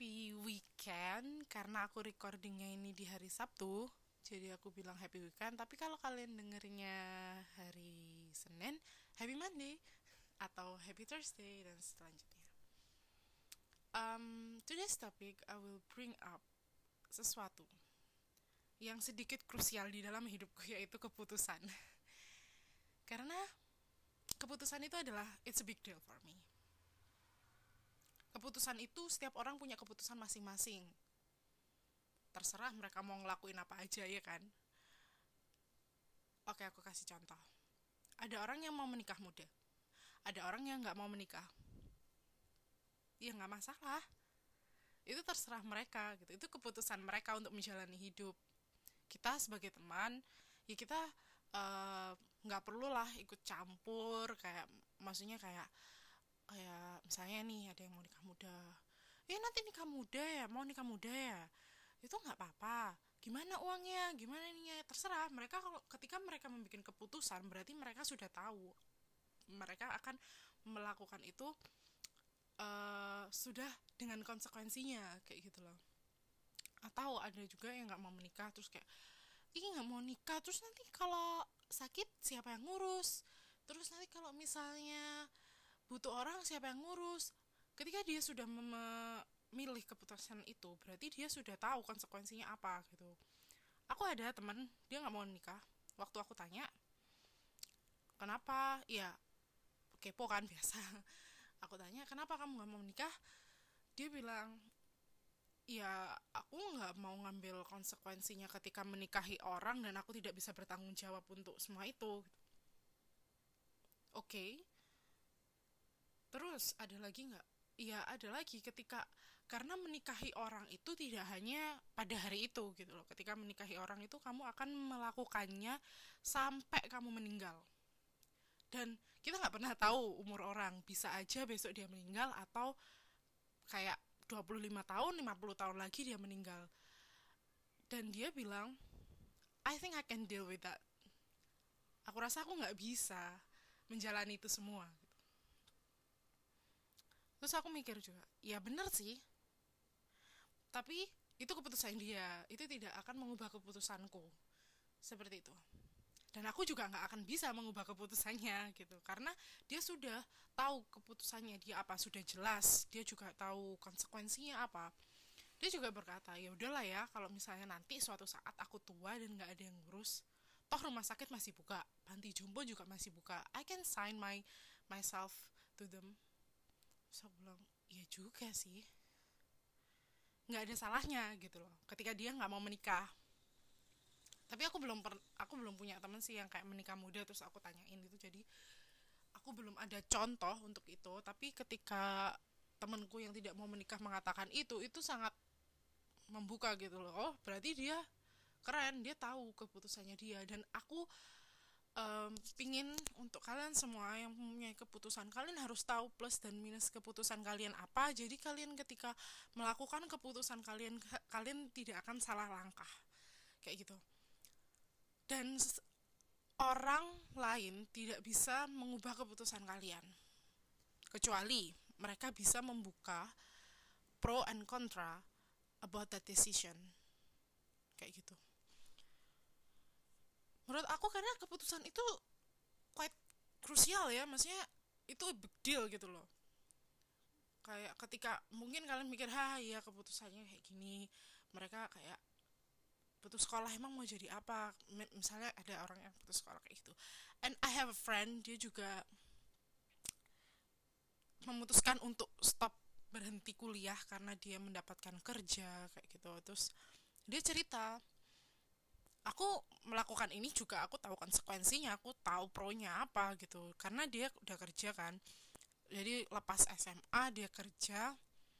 happy weekend karena aku recordingnya ini di hari Sabtu. Jadi aku bilang happy weekend, tapi kalau kalian dengerinnya hari Senin, happy Monday atau happy Thursday dan selanjutnya. Today's topic I will bring up sesuatu yang sedikit krusial di dalam hidupku, yaitu keputusan. Karena keputusan itu adalah it's a big deal for me. Keputusan itu setiap orang punya keputusan masing-masing. Terserah mereka mau ngelakuin apa aja, ya kan? Oke, aku kasih contoh. Ada orang yang mau menikah muda. Ada orang yang nggak mau menikah. Ya nggak masalah. Itu terserah mereka gitu. Itu keputusan mereka untuk menjalani hidup. Kita sebagai teman, ya kita nggak perlulah ikut campur, kayak maksudnya kayak misalnya nih ada yang mau nikah muda, ya nanti nikah muda ya, mau nikah muda ya, itu nggak apa-apa, gimana uangnya, gimana ininya, terserah mereka. Kalau ketika mereka membuat keputusan, berarti mereka sudah tahu mereka akan melakukan itu, sudah dengan konsekuensinya kayak gitu loh. Atau ada juga yang nggak mau menikah, terus kayak ih nggak mau nikah, terus nanti kalau sakit siapa yang ngurus, terus nanti kalau misalnya butuh orang siapa yang ngurus. Ketika dia sudah memilih keputusan itu, berarti dia sudah tahu konsekuensinya apa gitu. Aku ada teman, dia nggak mau nikah. Waktu aku tanya kenapa, ya kepo kan biasa. Aku tanya kenapa kamu nggak mau nikah, dia bilang ya aku nggak mau ngambil konsekuensinya ketika menikahi orang dan aku tidak bisa bertanggung jawab untuk semua itu. Oke. Terus ada lagi nggak? Iya ada lagi, ketika karena menikahi orang itu tidak hanya pada hari itu gitu loh. Ketika menikahi orang itu kamu akan melakukannya sampai kamu meninggal. Dan kita nggak pernah tahu umur orang, bisa aja besok dia meninggal atau kayak 25 tahun, 50 tahun lagi dia meninggal. Dan dia bilang, I think I can deal with that. Aku rasa aku nggak bisa menjalani itu semua. Terus aku mikir juga, ya bener sih, tapi itu keputusan dia, itu tidak akan mengubah keputusanku. Seperti itu. Dan aku juga nggak akan bisa mengubah keputusannya gitu, karena dia sudah tahu keputusannya dia apa, sudah jelas, dia juga tahu konsekuensinya apa. Dia juga berkata, ya udahlah ya, kalau misalnya nanti suatu saat aku tua dan nggak ada yang ngurus, toh rumah sakit masih buka, panti jompo juga masih buka, I can sign myself to them. So aku bilang, iya juga sih, nggak ada salahnya gitu loh ketika dia nggak mau menikah. Tapi aku belum punya temen sih yang kayak menikah muda terus aku tanyain gitu, jadi aku belum ada contoh untuk itu. Tapi ketika temenku yang tidak mau menikah mengatakan itu sangat membuka gitu loh. Oh berarti dia keren, dia tahu keputusannya dia. Dan aku pingin untuk kalian semua yang mempunyai keputusan, kalian harus tahu plus dan minus keputusan kalian apa. Jadi kalian ketika melakukan keputusan kalian, kalian tidak akan salah langkah kayak gitu. Dan orang lain tidak bisa mengubah keputusan kalian, kecuali mereka bisa membuka pro and contra about that decision kayak gitu. Menurut aku karena keputusan itu quite krusial ya, maksudnya itu big deal gitu loh. Kayak ketika mungkin kalian mikir, ya keputusannya kayak gini, mereka kayak putus sekolah emang mau jadi apa, misalnya ada orang yang putus sekolah kayak gitu. And I have a friend, dia juga memutuskan untuk stop, berhenti kuliah karena dia mendapatkan kerja kayak gitu. Terus dia cerita, aku melakukan ini juga aku tahu konsekuensinya, aku tahu pronya apa gitu, karena dia udah kerja kan. Jadi lepas SMA dia kerja.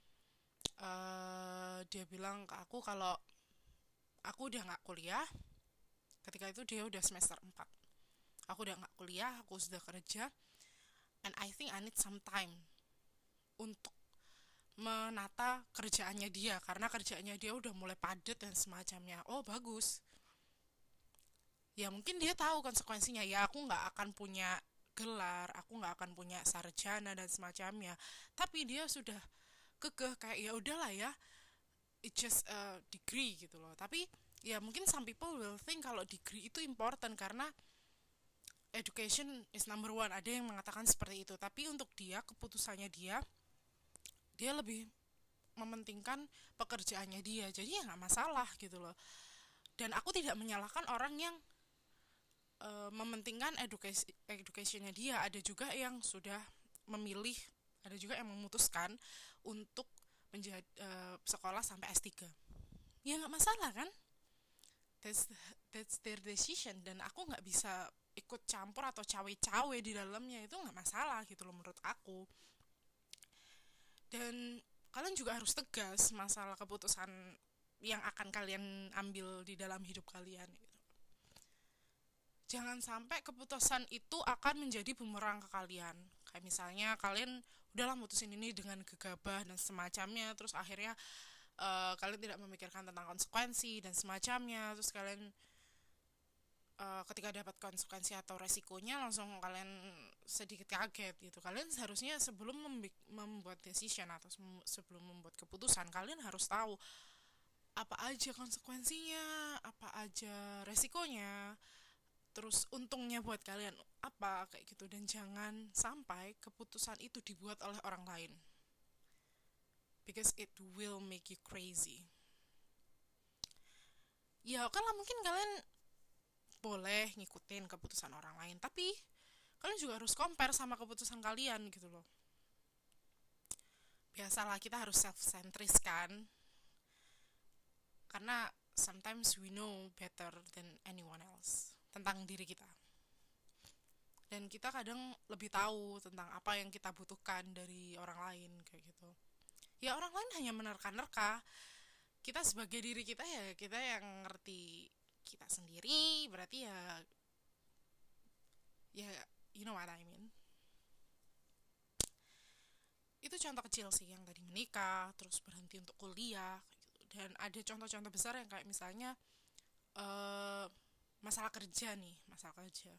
Dia bilang ke aku kalau aku udah nggak kuliah. Ketika itu dia udah semester 4. Aku udah nggak kuliah, aku sudah kerja, and I think I need some time untuk menata kerjaannya dia, karena kerjaannya dia udah mulai padat dan semacamnya. Oh bagus, ya mungkin dia tahu konsekuensinya, ya aku nggak akan punya gelar, aku nggak akan punya sarjana dan semacamnya, tapi dia sudah kekeh kayak ya udahlah ya, it just a degree gitu loh. Tapi ya mungkin some people will think kalau degree itu important karena education is number one, ada yang mengatakan seperti itu. Tapi untuk dia, keputusannya dia lebih mementingkan pekerjaannya dia, jadi ya nggak masalah gitu loh. Dan aku tidak menyalahkan orang yang mementingkan educationnya dia. Ada juga yang sudah memilih, ada juga yang memutuskan untuk menjadi sekolah sampai S3, ya nggak masalah kan. That's their decision, dan aku nggak bisa ikut campur atau cawe-cawe di dalamnya, itu nggak masalah gitu loh menurut aku. Dan kalian juga harus tegas masalah keputusan yang akan kalian ambil di dalam hidup kalian gitu. Jangan sampai keputusan itu akan menjadi bumerang ke kalian. Kayak misalnya kalian udahlah mutusin ini dengan gegabah dan semacamnya, terus akhirnya kalian tidak memikirkan tentang konsekuensi dan semacamnya, terus kalian ketika dapat konsekuensi atau resikonya langsung kalian sedikit kaget gitu. Kalian seharusnya sebelum membuat decision atau sebelum membuat keputusan, kalian harus tahu apa aja konsekuensinya, apa aja resikonya, terus untungnya buat kalian apa kayak gitu. Dan jangan sampai keputusan itu dibuat oleh orang lain, because it will make you crazy. Ya kan lah, mungkin kalian boleh ngikutin keputusan orang lain, tapi kalian juga harus compare sama keputusan kalian gitu loh. Biasalah kita harus self-centris kan, karena sometimes we know better than anyone else tentang diri kita, dan kita kadang lebih tahu tentang apa yang kita butuhkan dari orang lain kayak gitu. Ya orang lain hanya menerka-nerka, kita sebagai diri kita ya kita yang ngerti kita sendiri, berarti ya you know what I mean. Itu contoh kecil sih yang tadi menikah terus berhenti untuk kuliah gitu. Dan ada contoh-contoh besar yang kayak misalnya masalah kerja nih, masalah kerja.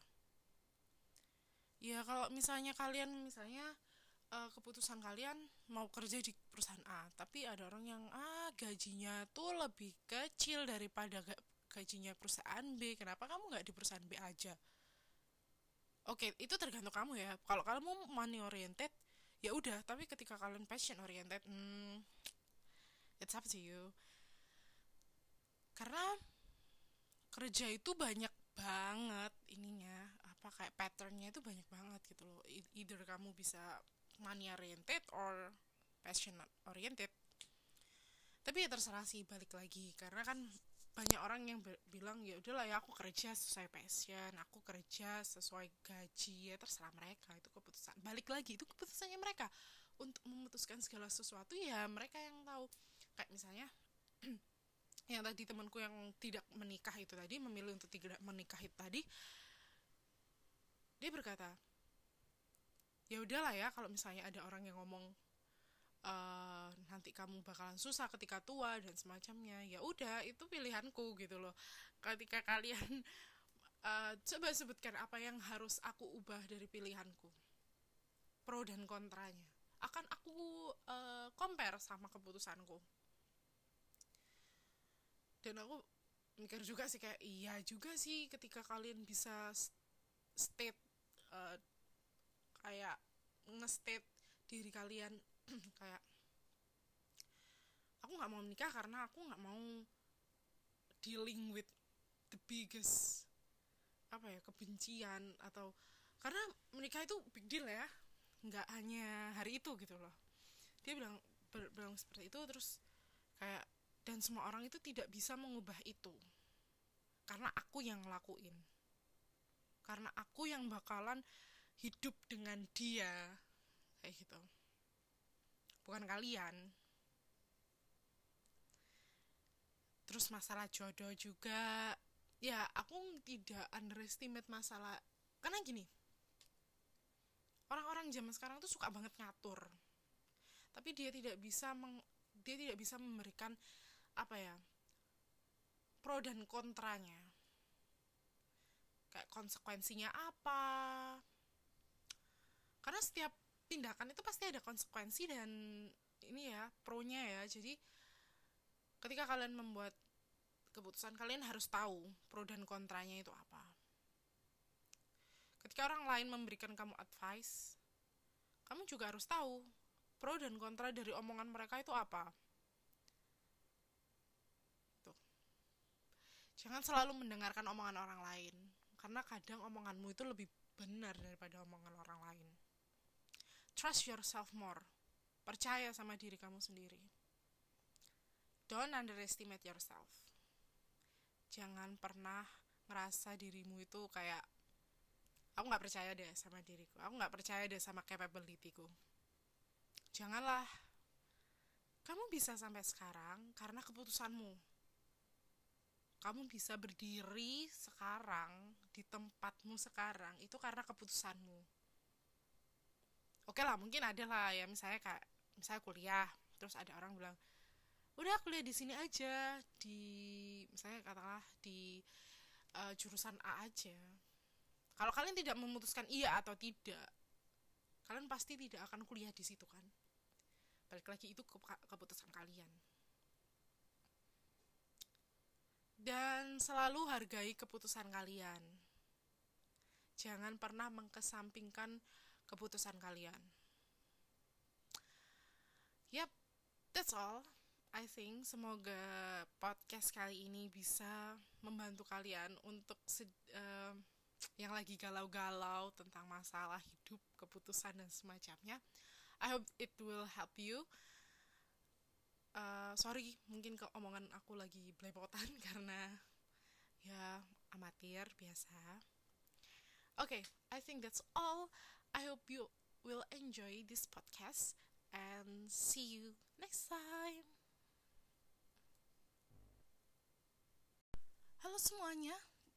Ya kalau misalnya kalian keputusan kalian mau kerja di perusahaan A, tapi ada orang yang gajinya tuh lebih kecil daripada gajinya perusahaan B, kenapa kamu nggak di perusahaan B aja? Oke, itu tergantung kamu ya. Kalau kamu money oriented, ya udah. Tapi ketika kalian passion oriented, it's up to you. Karena kerja itu banyak banget ininya, apa kayak patternnya itu banyak banget gitu loh. Either kamu bisa money oriented or passion oriented. Tapi ya terserah sih, balik lagi, karena kan banyak orang yang bilang ya udahlah ya aku kerja sesuai passion, aku kerja sesuai gaji, ya terserah mereka, itu keputusan. Balik lagi, itu keputusannya mereka untuk memutuskan segala sesuatu, ya mereka yang tahu. Kayak misalnya yang tadi temanku yang tidak menikah itu tadi, memilih untuk tidak menikah itu tadi, dia berkata ya udahlah ya kalau misalnya ada orang yang ngomong nanti kamu bakalan susah ketika tua dan semacamnya, ya udah itu pilihanku gitu loh. Ketika kalian coba sebutkan apa yang harus aku ubah dari pilihanku, pro dan kontranya akan aku compare sama keputusanku. Dan aku mikir juga sih kayak iya juga sih, ketika kalian bisa state kayak nge-state diri kalian kayak aku nggak mau menikah karena aku nggak mau dealing with the biggest kebencian, atau karena menikah itu big deal ya, nggak hanya hari itu gitu loh. Dia bilang seperti itu, terus kayak dan semua orang itu tidak bisa mengubah itu karena aku yang ngelakuin, karena aku yang bakalan hidup dengan dia kayak gitu, bukan kalian. Terus masalah jodoh juga, ya aku tidak underestimate masalah, karena gini, orang-orang zaman sekarang tuh suka banget ngatur, tapi dia tidak bisa memberikan pro dan kontranya, kayak konsekuensinya apa, karena setiap tindakan itu pasti ada konsekuensi dan ini ya pro-nya ya. Jadi ketika kalian membuat keputusan, kalian harus tahu pro dan kontranya itu apa. Ketika orang lain memberikan kamu advice, kamu juga harus tahu pro dan kontra dari omongan mereka itu apa. Tuh. Jangan selalu mendengarkan omongan orang lain, karena kadang omonganmu itu lebih benar daripada omongan orang lain. Trust yourself more. Percaya sama diri kamu sendiri. Don't underestimate yourself. Jangan pernah ngerasa dirimu itu kayak, aku gak percaya deh sama diriku, aku gak percaya deh sama capability-ku. Janganlah. Kamu bisa sampai sekarang karena keputusanmu. Kamu bisa berdiri sekarang di tempatmu sekarang itu karena keputusanmu. Oke lah, mungkin ada lah ya, misalnya kuliah, terus ada orang bilang, udah kuliah di sini aja, di misalnya katakanlah di jurusan A aja. Kalau kalian tidak memutuskan iya atau tidak, kalian pasti tidak akan kuliah di situ kan. Balik lagi, itu keputusan kalian. Dan selalu hargai keputusan kalian. Jangan pernah mengkesampingkan keputusan kalian. Yap, that's all. I think semoga podcast kali ini bisa membantu kalian untuk yang lagi galau-galau tentang masalah hidup, keputusan dan semacamnya. I hope it will help you. Sorry, mungkin omongan aku lagi belepotan karena ya amatir biasa. Okay, I think that's all. I hope you will enjoy this podcast and see you next time. Halo semuanya.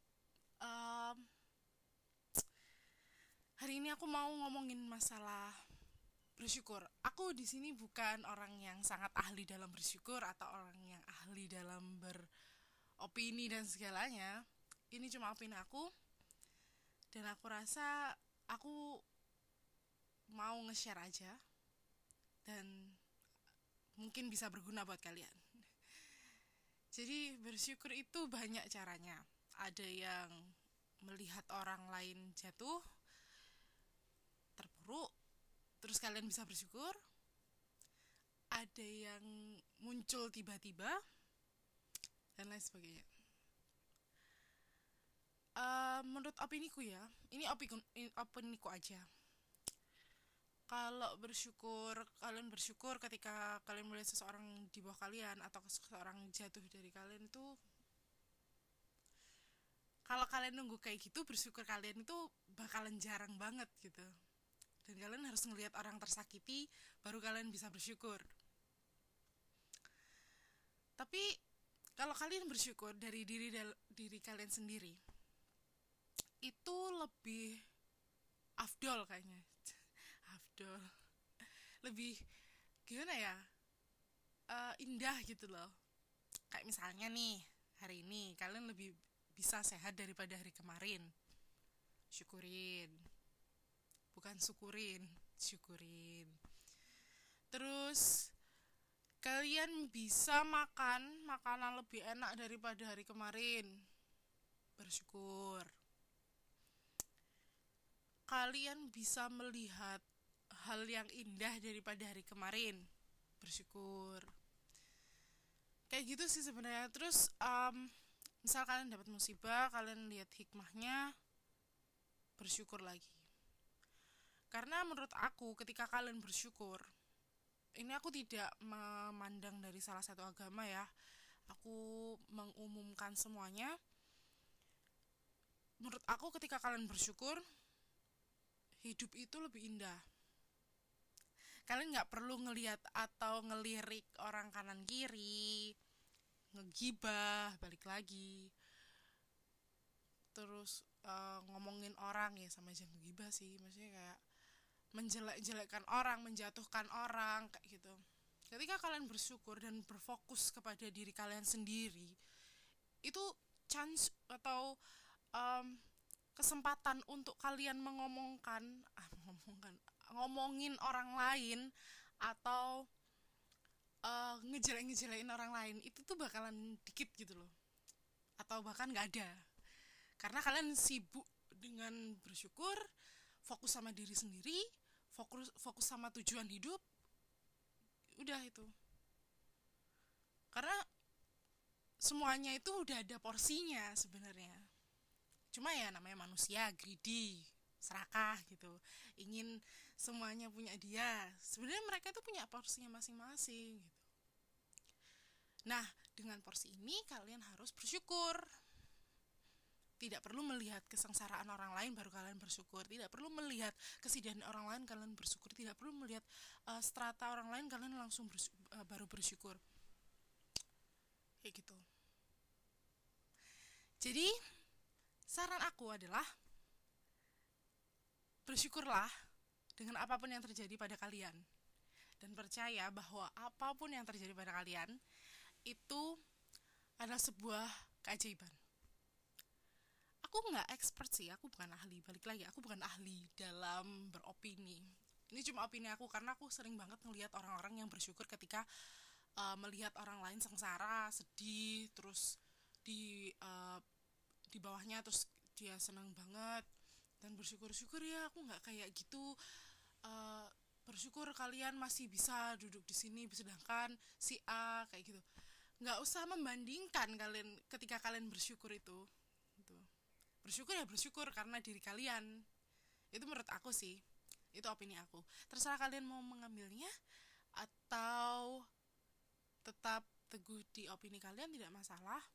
Hari ini aku mau ngomongin masalah bersyukur. Aku di sini bukan orang yang sangat ahli dalam bersyukur atau orang yang ahli dalam beropini dan segalanya. Ini cuma opini aku. Dan aku rasa aku mau nge-share aja. Dan mungkin bisa berguna buat kalian. Jadi bersyukur itu banyak caranya. Ada yang melihat orang lain jatuh, terpuruk, terus kalian bisa bersyukur. Ada yang muncul tiba-tiba, dan lain sebagainya. Menurut opiniku ya, ini opiniku aja. Kalau kalian bersyukur ketika kalian melihat seseorang di bawah kalian atau seseorang jatuh dari kalian itu, kalau kalian nunggu kayak gitu, bersyukur kalian itu bakalan jarang banget gitu. Dan kalian harus ngelihat orang tersakiti baru kalian bisa bersyukur. Tapi kalau kalian bersyukur dari diri kalian sendiri, itu lebih afdol kayaknya. Afdol. Lebih gimana ya? Indah gitu loh. Kayak misalnya nih, hari ini kalian lebih bisa sehat daripada hari kemarin. Syukurin. Bukan syukurin. Terus kalian bisa makan makanan lebih enak daripada hari kemarin. Bersyukur. Kalian bisa melihat hal yang indah daripada hari kemarin. Bersyukur. Kayak gitu sih sebenarnya. Terus misal kalian dapat musibah, kalian lihat hikmahnya, bersyukur lagi. Karena menurut aku ketika kalian bersyukur, ini aku tidak memandang dari salah satu agama ya, aku mengumumkan semuanya. Menurut aku ketika kalian bersyukur, hidup itu lebih indah. Kalian gak perlu ngelihat atau ngelirik orang kanan kiri, ngegibah, balik lagi, terus ngomongin orang, ya sama aja ngegibah sih, maksudnya kayak menjelek-jelekkan orang, menjatuhkan orang, kayak gitu. Ketika kalian bersyukur dan berfokus kepada diri kalian sendiri, itu chance atau kesempatan untuk kalian ngomongin orang lain atau ngejelek-ngejelekin orang lain itu tuh bakalan dikit gitu loh, atau bahkan nggak ada, karena kalian sibuk dengan bersyukur, fokus sama diri sendiri, fokus sama tujuan hidup, udah itu. Karena semuanya itu udah ada porsinya sebenarnya, cuma ya namanya manusia greedy, serakah gitu, ingin semuanya punya dia. Sebenarnya mereka itu punya porsinya masing-masing gitu. Nah, dengan porsi ini kalian harus bersyukur. Tidak perlu melihat kesengsaraan orang lain baru kalian bersyukur. Tidak perlu melihat kesedihan orang lain kalian bersyukur. Tidak perlu melihat strata orang lain kalian langsung baru bersyukur. Kayak gitu. Jadi, saran aku adalah bersyukurlah dengan apapun yang terjadi pada kalian. Dan percaya bahwa apapun yang terjadi pada kalian itu adalah sebuah keajaiban. Aku nggak expert sih, aku bukan ahli. Balik lagi, aku bukan ahli dalam beropini. Ini cuma opini aku karena aku sering banget ngelihat orang-orang yang bersyukur ketika melihat orang lain sengsara, sedih, terus di bawahnya terus dia senang banget dan bersyukur ya aku nggak kayak gitu. Bersyukur kalian masih bisa duduk di sini, sedangkan si A kayak gitu. Nggak usah membandingkan kalian ketika kalian bersyukur itu. Gitu. Bersyukur ya bersyukur karena diri kalian. Itu menurut aku sih. Itu opini aku. Terserah kalian mau mengambilnya atau tetap teguh di opini kalian, tidak masalah.